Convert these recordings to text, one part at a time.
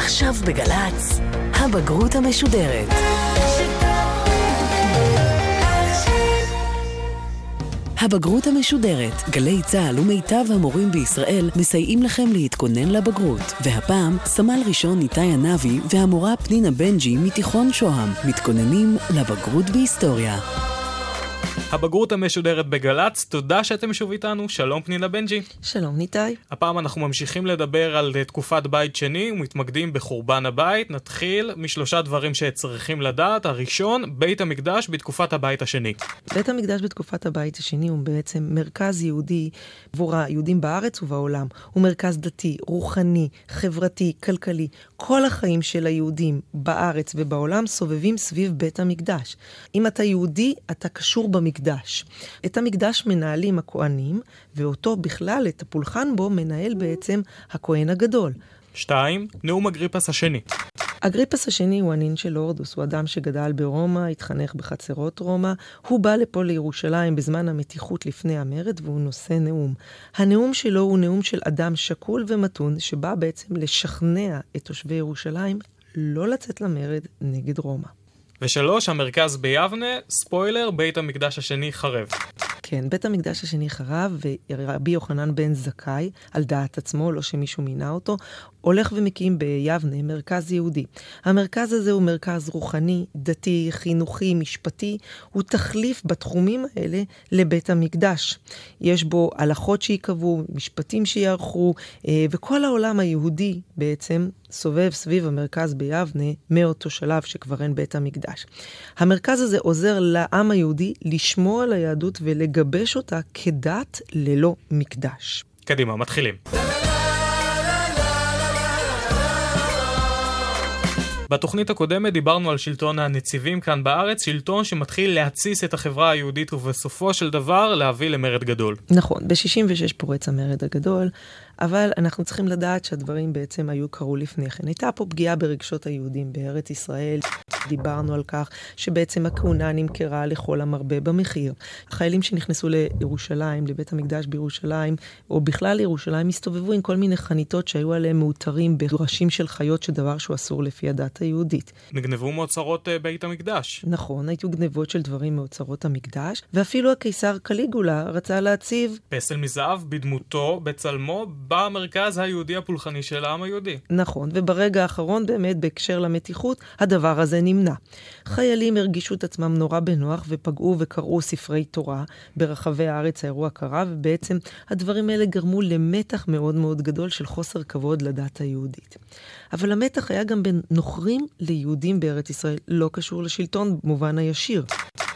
עכשיו בגלץ, הבגרות המשודרת. הבגרות המשודרת, גלי צהל ומיטב המורים בישראל מסייעים לכם להתכונן לבגרות. והפעם, סמל ראשון ניתאי ענבי והמורה פנינה בנג'י מתיכון שוהם מתכוננים לבגרות בהיסטוריה. הבגרות המשודרת בגלץ, תודה שאתם שוב איתנו. שלום פנינה בנג'י. שלום ניתאי. הפעם אנחנו ממשיכים לדבר על תקופת בית שני ומתמקדים בחורבן הבית. נתחיל משלושה דברים שצריכים לדעת. הראשון, בית המקדש בתקופת הבית השני. בית המקדש בתקופת הבית השני הוא בעצם מרכז יהודי עבור היהודים בארץ ובעולם. הוא מרכז דתי, רוחני, חברתי, כלכלי. כל החיים של היהודים בארץ ובעולם סובבים סביב בית המקדש. אם אתה יהודי, אתה קשור במקדש. את המקדש מנהלים הכהנים, ואותו בכלל, את הפולחן בו, מנהל בעצם הכהן הגדול. 2. נאום אגריפס השני. אגריפס השני הוא הנין של הורדוס, הוא אדם שגדל ברומא, התחנך בחצרות רומא, הוא בא לפה לירושלים בזמן המתיחות לפני המרד, והוא נושא נאום. הנאום שלו הוא נאום של אדם שקול ומתון, שבא בעצם לשכנע את תושבי ירושלים לא לצאת למרד נגד רומא. 3. המרכז ביבנה, ספוילר, בית המקדש השני חרב. כן, בית המקדש השני חרב, ורבי יוחנן בן זכאי, על דעת עצמו, לא שמישהו מינה אותו, הולך ומקים ביבנה מרכז יהודי. המרכז הזה הוא מרכז רוחני, דתי, חינוכי, משפטי, הוא תחליף בתחומים האלה לבית המקדש. יש בו הלכות שיקבעו, משפטים שיערכו, וכל העולם היהודי בעצם סובב סביב המרכז ביבנה מאותו שלב שכבר אין בית המקדש. המרכז הזה עוזר לעם היהודי לשמור על היהדות ולגבש אותה כדת ללא מקדש. קדימה, מתחילים. בתוכנית הקודמת דיברנו על שלטון הנציבים כאן בארץ, שלטון שמתחיל להציס את החברה היהודית ובסופו של דבר להביא למרד גדול. נכון, ב-66 פורץ המרד הגדול, אבל אנחנו צריכים לדעת שהדברים בעצם קרו לפני כן. הייתה פה פגיעה ברגשות היהודים בארץ ישראל. דיברנו על כך שבעצם הכהונה נמכרה לכל המרבה במחיר. החיילים שנכנסו לירושלים, לבית המקדש בירושלים, או בכלל לירושלים, הסתובבו עם כל מיני חניתות שהיו עליהם מאותרים בראשים של חיות, שדבר שהוא אסור לפי הדת היהודית. נגנבו מאוצרות בית המקדש. נכון, היו גנבות של דברים מאוצרות המקדש, ואפילו הקיסר קליגולה רצה להציב פסל מזהב בדמותו, בצלמו, במרכז היהודי הפולחני של העם היהודי. נכון, וברגע האחרון באמת בהקשר למתיחות, הדבר הזה נמנע. חיילים הרגישו את עצמם נורא בנוח ופגעו וקראו ספרי תורה ברחבי הארץ. האירוע קרה, ובעצם הדברים האלה גרמו למתח מאוד מאוד גדול של חוסר כבוד לדת היהודית. אבל המתח היה גם בין נוכרים ליהודים בארץ ישראל, לא קשור לשלטון במובן הישיר.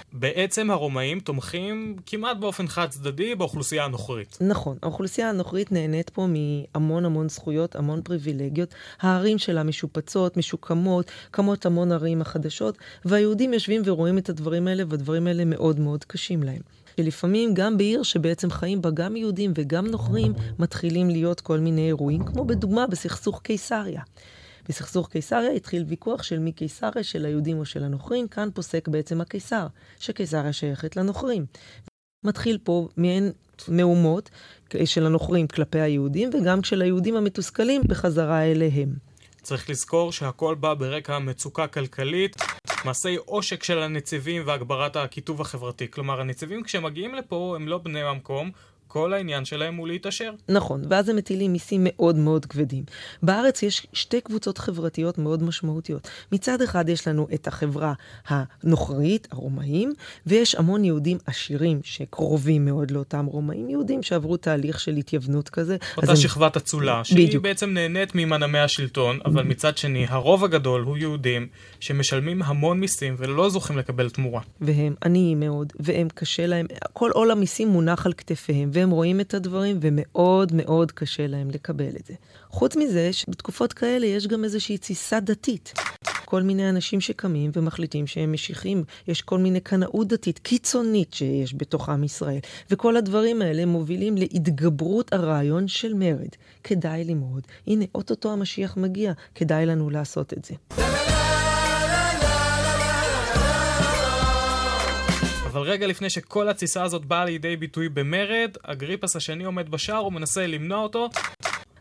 בעצם הרומאים תומכים כמעט באופן חד צדדי באוכלוסייה הנוכרית. נכון, האוכלוסייה הנוכרית נהנית פה מהמון המון זכויות, המון פריבילגיות. הערים שלה משופצות, משוקמות, קמות המון ערים החדשות, והיהודים יושבים ורואים את הדברים האלה, והדברים האלה מאוד מאוד קשים להם. שלפעמים גם בעיר שבעצם חיים בה גם יהודים וגם נוכרים, מתחילים להיות כל מיני אירועים, כמו בדוגמה בסכסוך קיסריה. בסכסוך קיסריה התחיל ויכוח של מי קיסריה, של היהודים או של הנוכרים. כאן פוסק בעצם הקיסר, שקיסריה שייכת לנוכרים. מתחיל פה מעין מהומות של הנוכרים כלפי היהודים, וגם של היהודים המתוסכלים בחזרה אליהם. צריך לזכור שהכל בא ברקע המצוקה כלכלית, מעשי עושק של הנציבים והגברת הכיתוב החברתי. כלומר, הנציבים כשמגיעים לפה הם לא בני המקום, כל העניין שלהם הוא להתאשר. נכון, ואז הם מטילים מיסים מאוד מאוד כבדים. בארץ יש שתי קבוצות חברתיות מאוד משמעותיות. מצד אחד יש לנו את החברה הנוכרית, הרומאים, ויש המון יהודים עשירים שקרובים מאוד לאותם רומאים, יהודים שעברו תהליך של התייוונות כזה. אותה שכבת אצולה, שהיא בעצם נהנית ממנעמי השלטון, אבל מצד שני, הרוב הגדול הוא יהודים שמשלמים המון מיסים ולא זוכים לקבל תמורה. והם עניים מאוד, והם קשה להם, כל עול המיסים מונח על כתפיהם, והם רואים את הדברים, ומאוד מאוד קשה להם לקבל את זה. חוץ מזה, שבתקופות כאלה יש גם איזושהי תסיסה דתית. כל מיני אנשים שקמים ומחליטים שהם משיחים. יש כל מיני קנאות דתית קיצונית שיש בתוך עם ישראל. וכל הדברים האלה מובילים להתגברות הרעיון של מרד. כדאי ללמוד. הנה, אוטוטו המשיח מגיע. כדאי לנו לעשות את זה. אבל רגע לפני שכל התסיסה הזאת באה לידי ביטוי במרד, אגריפס השני עומד בשער ומנסה למנוע אותו.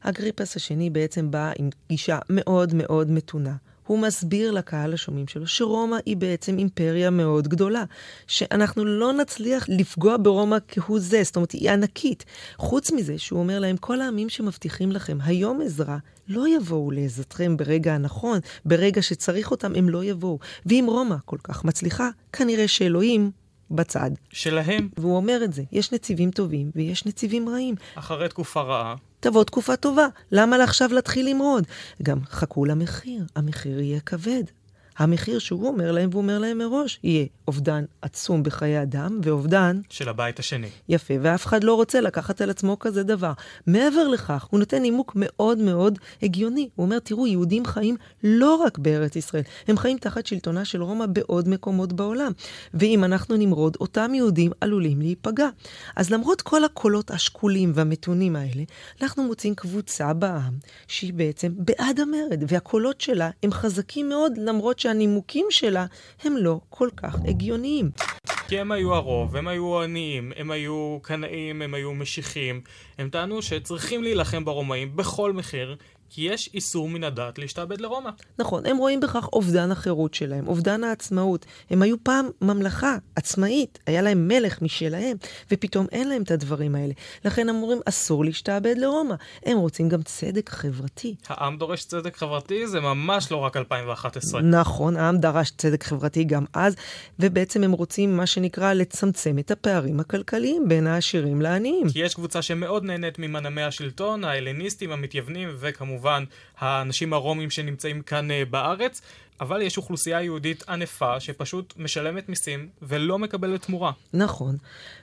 אגריפס השני בעצם בא עם גישה מאוד מאוד מתונה. הוא מסביר לקהל השומעים שלו שרומא היא בעצם אימפריה מאוד גדולה, שאנחנו לא נצליח לפגוע ברומא כהוא זה, זאת אומרת, היא ענקית. חוץ מזה שהוא אומר להם, כל העמים שמבטיחים לכם היום עזרה, לא יבואו לעזרתכם ברגע הנכון, ברגע שצריך אותם הם לא יבואו. ואם רומא כל כך מצליחה, כנראה שאלוהים בצד שלהם. והוא אומר את זה, יש נציבים טובים ויש נציבים רעים. אחרי תקופה רעה. תבוא תקופה טובה. למה עכשיו להתחיל למרוד? גם חכו למחיר. המחיר יהיה כבד. המחיר שהוא אומר להם, והוא אומר להם מראש, יהיה אובדן עצום בחיי אדם, ואובדן של הבית השני. יפה, ואף אחד לא רוצה לקחת על עצמו כזה דבר. מעבר לכך, הוא נותן נימוק מאוד מאוד הגיוני. הוא אומר, תראו, יהודים חיים לא רק בארץ ישראל, הם חיים תחת שלטונה של רומא בעוד מקומות בעולם. ואם אנחנו נמרוד, אותם יהודים עלולים להיפגע. אז למרות כל הקולות השקולים והמתונים האלה, אנחנו מוצאים קבוצה בעם, שהיא בעצם בעד המרד, והקולות שלה הם חזקים מאוד, למרות שהנימוקים שלה הם לא כל כך הגיוניים. כי הם היו הרוב, הם היו עניים, הם היו קנאים, הם היו משיחים. הם טענו שצריכים להילחם ברומאים בכל מחיר, כי יש איסור מן הדת להשתעבד לרומא. נכון, הם רואים בכך אובדן החירות שלהם, אובדן העצמאות. הם היו פעם ממלכה עצמאית, היה להם מלך משלהם, ופתאום אין להם את הדברים האלה. לכן אמורים, אסור להשתעבד לרומא. הם רוצים גם צדק חברתי. העם דורש צדק חברתי, זה ממש לא רק 2011. נכון, העם דרש צדק חברתי גם אז, ובעצם הם רוצים מה שנקרא לצמצם את הפערים הכלכליים בין העשירים לעניים. כי יש קבוצה שמאוד נהנית ממנעמי השלטון, ההלניסטים, המתייוונים, וכמובן האנשים הרומים שנמצאים כאן בארץ, אבל יש אוכלוסייה יהודית ענפה שפשוט משלמת מיסים ולא מקבלת תמורה. נכון.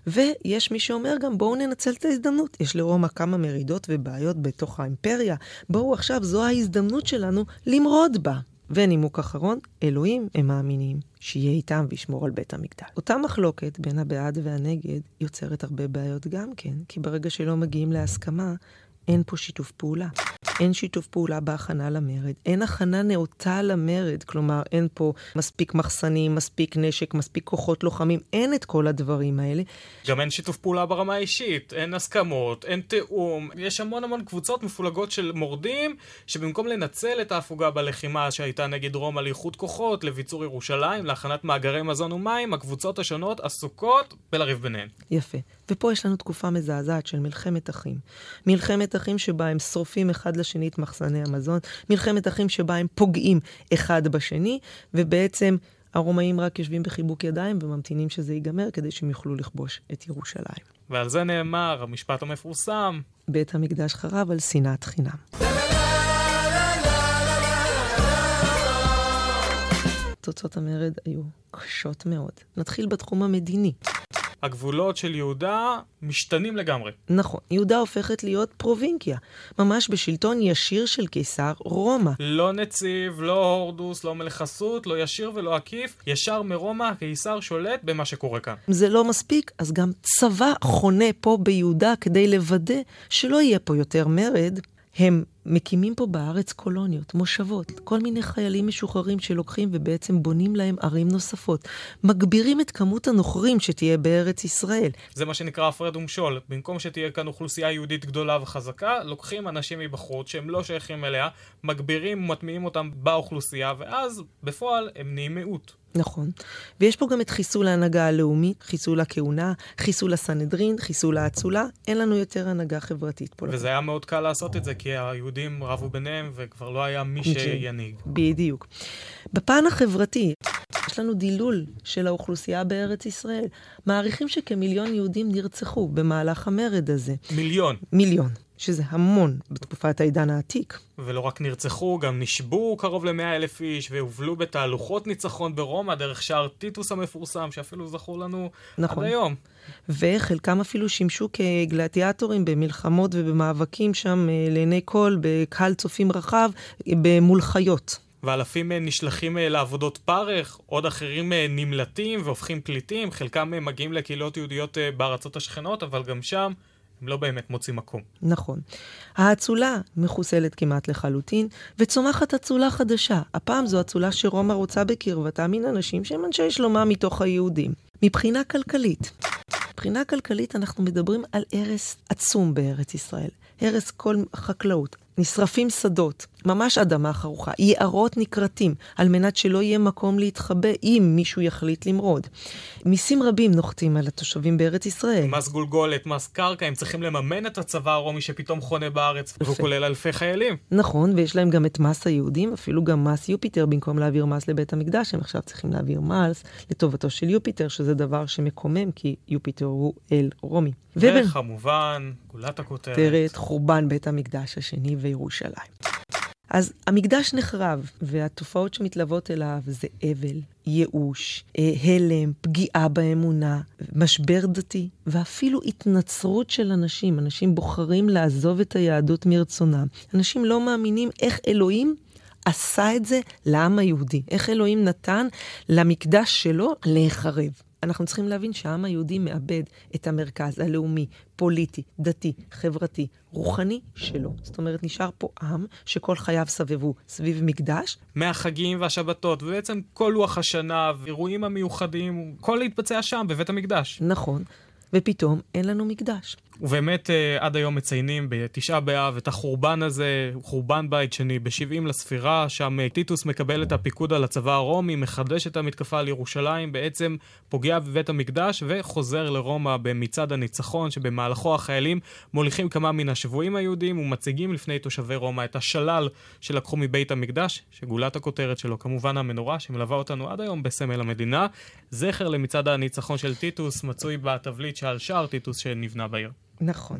ויש מי שאומר גם, בואו ננצל את ההזדמנות. יש לרומא כמה מרידות ובעיות בתוך האימפריה. בואו עכשיו, זו ההזדמנות שלנו למרוד בה. ונימוק אחרון, אלוהים הם מאמינים שיהיה איתם וישמור על בית המקדש. אותה מחלוקת בין הבעד והנגד יוצרת הרבה בעיות גם כן, כי ברגע שלא מגיעים להסכמה, אין פה שיתוף פעולה. אין שיתוף פעולה בהכנה למרד. אין הכנה נאותה למרד. כלומר, אין פה מספיק מחסנים, מספיק נשק, מספיק כוחות לוחמים. אין את כל הדברים האלה. גם אין שיתוף פעולה ברמה האישית. אין הסכמות, אין תאום. יש המון קבוצות מפולגות של מורדים, שבמקום לנצל את ההפוגה בלחימה שהייתה נגד רומא לאיחוד כוחות, לביצור ירושלים, להכנת מאגרי מזון ומים, הקבוצות השונות עסוקות בלריב ביניהן. יפה. ופה יש לנו תקופה מזעזעת של מלחמת אחים. מלחמת אחים שבה הם שורפים אחד לשני את מחסני המזון, מלחמת אחים שבה הם פוגעים אחד בשני, ובעצם הרומאים רק יושבים בחיבוק ידיים וממתינים שזה ייגמר כדי שהם יוכלו לכבוש את ירושלים. ועל זה נאמר, המשפט המפורסם, בית המקדש חרב על שנאת חינם. תוצאות המרד היו קשות מאוד. נתחיל בתחום המדיני. הגבולות של יהודה משתנים לגמרי. נכון, יהודה הופכת להיות פרובינקיה, ממש בשלטון ישיר של קיסר רומא. לא נציב, לא הורדוס, לא מלך חסות, לא ישיר ולא עקיף, ישר מרומא הקיסר שולט במה שקורה כאן. זה לא מספיק, אז גם צבא חונה פה ביהודה כדי לוודא שלא יהיה פה יותר מרד. הם מקימים פה בארץ קולוניות, מושבות, כל מיני חיילים משוחררים שלוקחים ובעצם בונים להם ערים נוספות. מגבירים את כמות הנוכרים שתהיה בארץ ישראל. זה מה שנקרא הפרד ומשול. במקום שתהיה כאן אוכלוסייה יהודית גדולה וחזקה, לוקחים אנשים מבחוץ שהם לא שייכים אליה, מגבירים ומטמיעים אותם באוכלוסייה, ואז בפועל הם נהיים מיעוט. נכון. ויש פה גם את חיסול ההנהגה הלאומית, חיסול הכהונה, חיסול הסנהדרין, חיסול האצולה. אין לנו יותר הנהגה חברתית פה. וזה היה מאוד קל לעשות את זה, כי היהודים רבו ביניהם וכבר לא היה מי שינהיג. בדיוק. בפן החברתי, יש לנו דילול של האוכלוסייה בארץ ישראל. מעריכים שכמיליון יהודים נרצחו במהלך המרד הזה. מיליון. שזה המון בתקופת העידן העתיק. ולא רק נרצחו, גם נשבו קרוב ל100,000 איש, והובלו בתהלוכות ניצחון ברומא, דרך שער טיטוס המפורסם, שאפילו זכור לנו נכון. עד היום. וחלקם אפילו שימשו כגלדיאטורים במלחמות ובמאבקים שם לעיני כל, בקהל צופים רחב, במול חיות. ואלפים נשלחים לעבודות פרך, עוד אחרים נמלטים והופכים פליטים, חלקם מגיעים לקהילות יהודיות בארצות השכנות, אבל גם שם הם לא באמת מוצאים מקום. נכון. האצולה מחוסלת כמעט לחלוטין, וצומחת אצולה חדשה. הפעם זו אצולה שרומא רוצה בקרבתה מן אנשים שהם אנשי שלומה מתוך היהודים. מבחינה כלכלית אנחנו מדברים על הרס עצום בארץ ישראל. הרס כל חקלאות. נשרפים שדות, ממש אדמה חרוכה, יערות נקרטים, על מנת שלא יהיה מקום להתחבא אם מישהו יחליט למרוד. מיסים רבים נוחתים על התושבים בארץ ישראל. מס גולגולת, מס קרקע, הם צריכים לממן את הצבא הרומי שפתאום חונה בארץ, והוא כולל אלפי חיילים. נכון, ויש להם גם את מס היהודים, אפילו גם מס יופיטר, במקום להעביר מס לבית המקדש, הם עכשיו צריכים להעביר מס לטובתו של יופיטר, שזה דבר שמקומם, כי יופיטר הוא אל רומי. וכמובן, גולת הכותרת, חורבן בית המקדש השני וירושלים. אז המקדש נחרב, והתופעות שמתלוות אליו זה אבל, ייאוש, הלם, פגיעה באמונה, משבר דתי, ואפילו התנצרות של אנשים. אנשים בוחרים לעזוב את היהדות מרצונם. אנשים לא מאמינים איך אלוהים עשה את זה לעם היהודי. איך אלוהים נתן למקדש שלו להיחרב. אנחנו צריכים להבין שהעם היהודי מאבד את המרכז הלאומי, פוליטי, דתי, חברתי, רוחני שלו. זאת אומרת, נשאר פה עם שכל חייו סבבו סביב מקדש. מהחגים והשבתות, ובעצם כל לוח השנה, ואירועים המיוחדים, כל להתבצע שם, בבית המקדש. נכון. ופתאום אין לנו מקדש. ובאמת עד היום מציינים בתשעה באב את החורבן הזה, חורבן בית שני, ב-70 לספירה, שם טיטוס מקבל את הפיקוד על הצבא הרומי, מחדש את המתקפה על ירושלים, בעצם פוגע בבית המקדש וחוזר לרומא במצעד הניצחון, שבמהלכו החיילים מוליכים כמה מן השבויים היהודים ומציגים לפני תושבי רומא את השלל שלקחו מבית המקדש, שגולת הכותרת שלו כמובן המנורה, שמלווה אותנו עד היום בסמל המדינה. זכר למצעד הניצחון של טיטוס מצוי בתבליט שעל שער טיטוס שנבנה בעיר. נכון.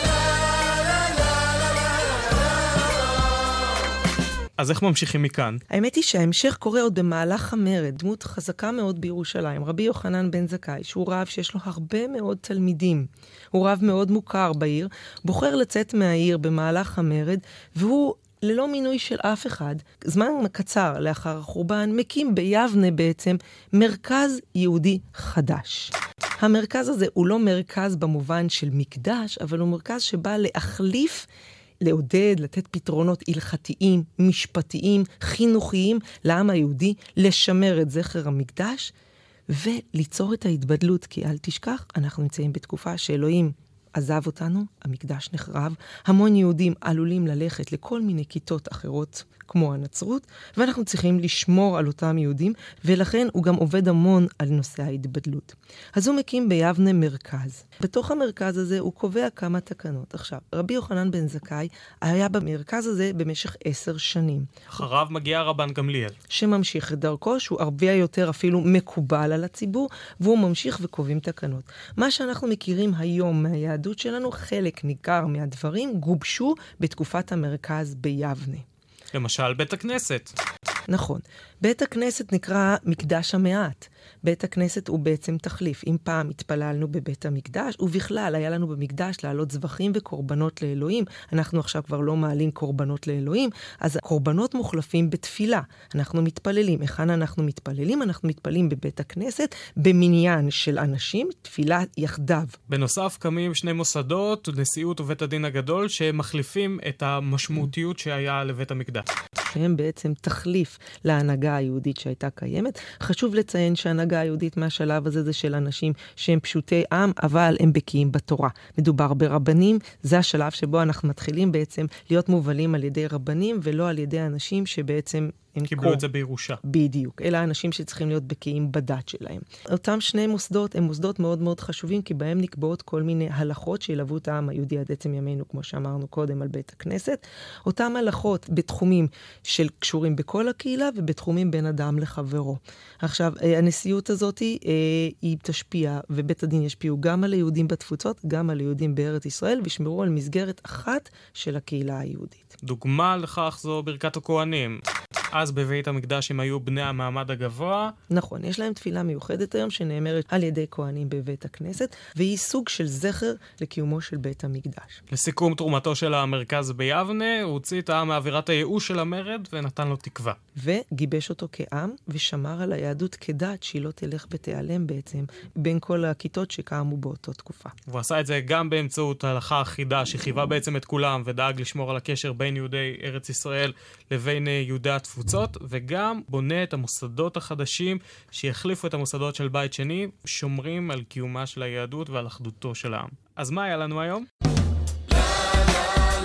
אז איך ממשיכים מכאן? האמת היא שההמשך קורה עוד במהלך המרד, דמות חזקה מאוד בירושלים, רבי יוחנן בן זכאי, שהוא רב שיש לו הרבה מאוד תלמידים. הוא רב מאוד מוכר בעיר, בוחר לצאת מהעיר במהלך המרד, והוא ללא מינוי של אף אחד, זמן קצר לאחר החורבן, מקים ביבנה בעצם מרכז יהודי חדש. המרכז הזה הוא לא מרכז במובן של מקדש, אבל הוא מרכז שבא להחליף, לעודד, לתת פתרונות הלכתיים, משפטיים, חינוכיים לעם היהודי, לשמר את זכר המקדש וליצור את ההתבדלות, כי אל תשכח, אנחנו נמצאים בתקופה שאלוהים עזב אותנו, המקדש נחרב, המון יהודים עלולים ללכת לכל מיני כיתות אחרות, כמו הנצרות, ואנחנו צריכים לשמור על אותם יהודים, ולכן הוא גם עובד המון על נושא ההתבדלות. אז הוא מקים ביבנה מרכז. בתוך המרכז הזה הוא קובע כמה תקנות. עכשיו, רבי יוחנן בן זכאי היה במרכז הזה במשך 10 שנים. אחריו מגיע רבן גמליאל. שממשיך את דרכו, שהוא הרבה יותר אפילו מקובל על הציבור, והוא ממשיך וקובעים תקנות. מה שאנחנו מכירים היום מהיהדות שלנו, חלק ניכר מהדברים גובשו בתקופת המרכז ביבנה. למשל, בית הכנסת. נכון. בית הכנסת נקרא מקדש המעט. בית הכנסת הוא בעצם תחליף. אם פעם התפללנו בבית המקדש, ובכלל היה לנו במקדש לעלות זבחים וקורבנות לאלוהים, אנחנו עכשיו כבר לא מעלים קורבנות לאלוהים, אז הקורבנות מוחלפים בתפילה. אנחנו מתפללים. היכן אנחנו מתפללים? אנחנו מתפללים בבית הכנסת, במניין של אנשים, תפילה יחדיו. בנוסף, קמים 2 מוסדות, נשיאות ובית הדין הגדול, שמחליפים את המשמעותיות שהיה לבית המקדש. שהם בעצם תחליף להנהגה היהודית שהייתה קיימת. חשוב לציין שההנהגה היהודית מהשלב הזה זה של אנשים שהם פשוטי עם, אבל הם בקיאים בתורה. מדובר ברבנים, זה השלב שבו אנחנו מתחילים בעצם להיות מובלים על ידי רבנים, ולא על ידי אנשים שבעצם קיבלו את זה בירושה. בדיוק. אלה האנשים שצריכים להיות בקיאים בדת שלהם. אותם 2 מוסדות הם מוסדות מאוד מאוד חשובים, כי בהם נקבעות כל מיני הלכות שילוו את העם היהודי עד עצם ימינו, כמו שאמרנו קודם על בית הכנסת. אותם הלכות בתחומים של קשורים בכל הקהילה, ובתחומים בין אדם לחברו. עכשיו, הנשיאות הזאת היא תשפיע, ובית הדין ישפיעו גם על היהודים בתפוצות, גם על היהודים בארץ ישראל, וישמרו על מסגרת אחת של הקהילה היהודית. דוגמה לכך זו ברכת הכהנים. אז בבית המקדש הם היו בני המעמד הגבוה. נכון, יש להם תפילה מיוחדת היום שנאמרת על ידי כהנים בבית הכנסת, והיא סוג של זכר לקיומו של בית המקדש. לסיכום תרומתו של המרכז ביבנה, הוא הוציא את העם מאווירת הייאוש של המרד ונתן לו תקווה. וגיבש אותו כעם ושמר על היהדות כדת שהיא לא תלך ותיעלם בעצם בין כל הכיתות שקמו באותו תקופה. הוא עשה את זה גם באמצעות ההלכה האחידה שחייבה בעצם את כולם ודאג לשמור על הקשר בין יהודי ארץ ישראל לבין יהודי התפוצות, וגם בונה את המוסדות החדשים שיחליפו את המוסדות של בית שני, שומרים על קיומה של היהדות ועל אחדותו של העם. אז מה היה לנו היום?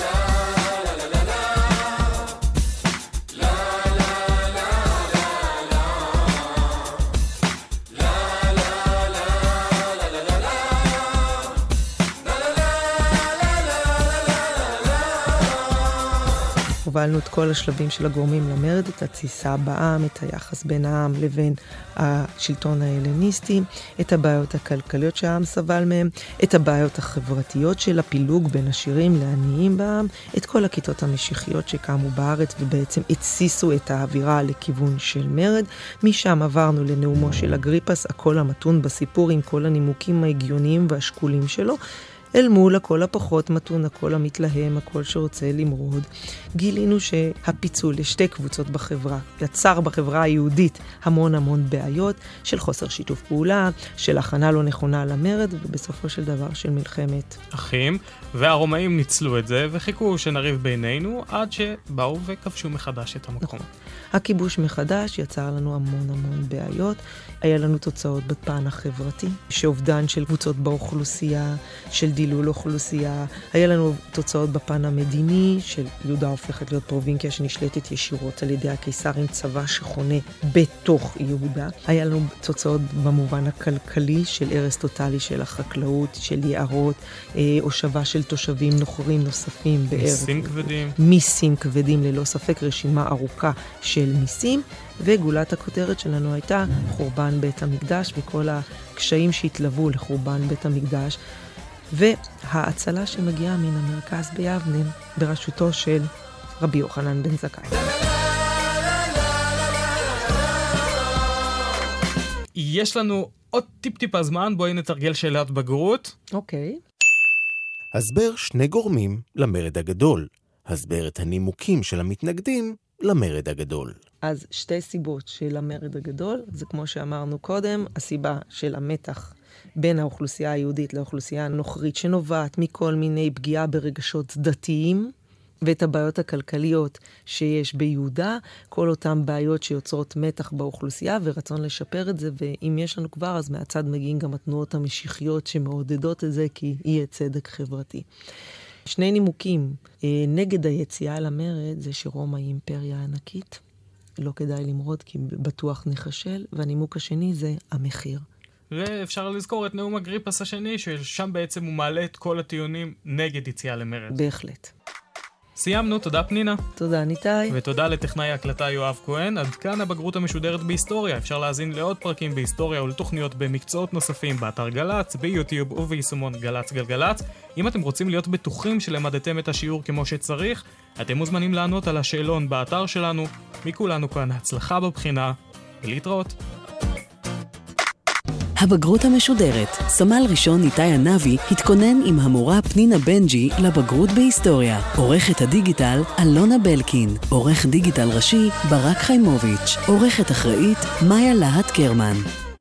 הובלנו את כל השלבים של הגורמים למרד, את התסיסה בעם, את היחס בין העם לבין השלטון ההלניסטי, את הבעיות הכלכליות שהעם סבל מהם, את הבעיות החברתיות של הפילוג בין עשירים לעניים בעם, את כל הכיתות המשיחיות שקמו בארץ ובעצם הציסו את האווירה לכיוון של מרד. משם עברנו לנאומו של אגריפס, הכל המתון בסיפור עם כל הנימוקים ההגיוניים והשקולים שלו, אל מול הכל הפחות מתון, הכל המתלהם, הכל שרוצה למרוד. גילינו שהפיצול לשתי קבוצות בחברה יצר בחברה היהודית המון בעיות של חוסר שיתוף פעולה, של הכנה לא נכונה למרד, ובסופו של דבר של מלחמת אחים. והרומאים ניצלו את זה וחיכו שנריב בינינו עד שבאו וכבשו מחדש את המקום. הכיבוש מחדש יצר לנו המון בעיות. היה לנו תוצאות בפן החברתי, שאובדן של קבוצות באוכלוסייה, של דילול אוכלוסייה. היה לנו תוצאות בפן המדיני, של יהודה הופכת להיות פרובינקיה שנשלטת ישירות על ידי הקיסר עם צבא שחונה בתוך יהודה. היה לנו תוצאות במובן הכלכלי של הרס טוטלי של החקלאות, של יערות, הושבה של תושבים נוכרים נוספים בארץ. מיסים כבדים ללא ספק, רשימה ארוכה של מיסים, וגולת הכותרת שלנו הייתה חורבן בית המקדש וכל הקשיים שהתלוו לחורבן בית המקדש, וההצלה שמגיעה מן המרכז ביבנה בראשותו של רבי יוחנן בן זכאי. יש לנו עוד טיפה זמן, בואי נתרגל שאלת בגרות. אוקיי. הסבר שני גורמים למרד הגדול. הסבר את הנימוקים של המתנגדים למרד הגדול. אז שתי סיבות של המרד הגדול, זה כמו שאמרנו קודם, הסיבה של המתח בין האוכלוסייה היהודית לאוכלוסייה הנוכרית, שנובעת מכל מיני פגיעה ברגשות דתיים, ואת הבעיות הכלכליות שיש ביהודה, כל אותם בעיות שיוצרות מתח באוכלוסייה, ורצון לשפר את זה, ואם יש לנו כבר, אז מהצד מגיעים גם התנועות המשיחיות שמעודדות את זה, כי יהיה צדק חברתי. שני נימוקים נגד היציאה למרד, זה שרומא היא אימפריה ענקית, לא כדאי למרוד כי בטוח נחשל, והנימוק השני זה המחיר. ואפשר לזכור את נאום אגריפס השני, ששם בעצם הוא מעלה את כל הטיעונים נגד יציאה למרד. בהחלט. סיימנו, תודה פנינה. תודה ניתאי. ותודה לטכנאי ההקלטה יואב כהן. עד כאן הבגרות המשודרת בהיסטוריה. אפשר להזין לעוד פרקים בהיסטוריה ולתוכניות במקצועות נוספים באתר גלץ, ביוטיוב וביישומון גלץ גלגלץ. אם אתם רוצים להיות בטוחים שלמדתם את השיעור כמו שצריך, אתם מוזמנים לענות על השאלון באתר שלנו. מכולנו כאן הצלחה בבחינה, ולהתראות. הבגרות המשודרת. סמל ראשון ניתאי ענבי התכונן עם המורה פנינה בנג'י לבגרות בהיסטוריה. עורכת הדיגיטל אלונה בלקין. עורך דיגיטל ראשי ברק חיימוביץ'. עורכת אחראית מאיה להט קרמן.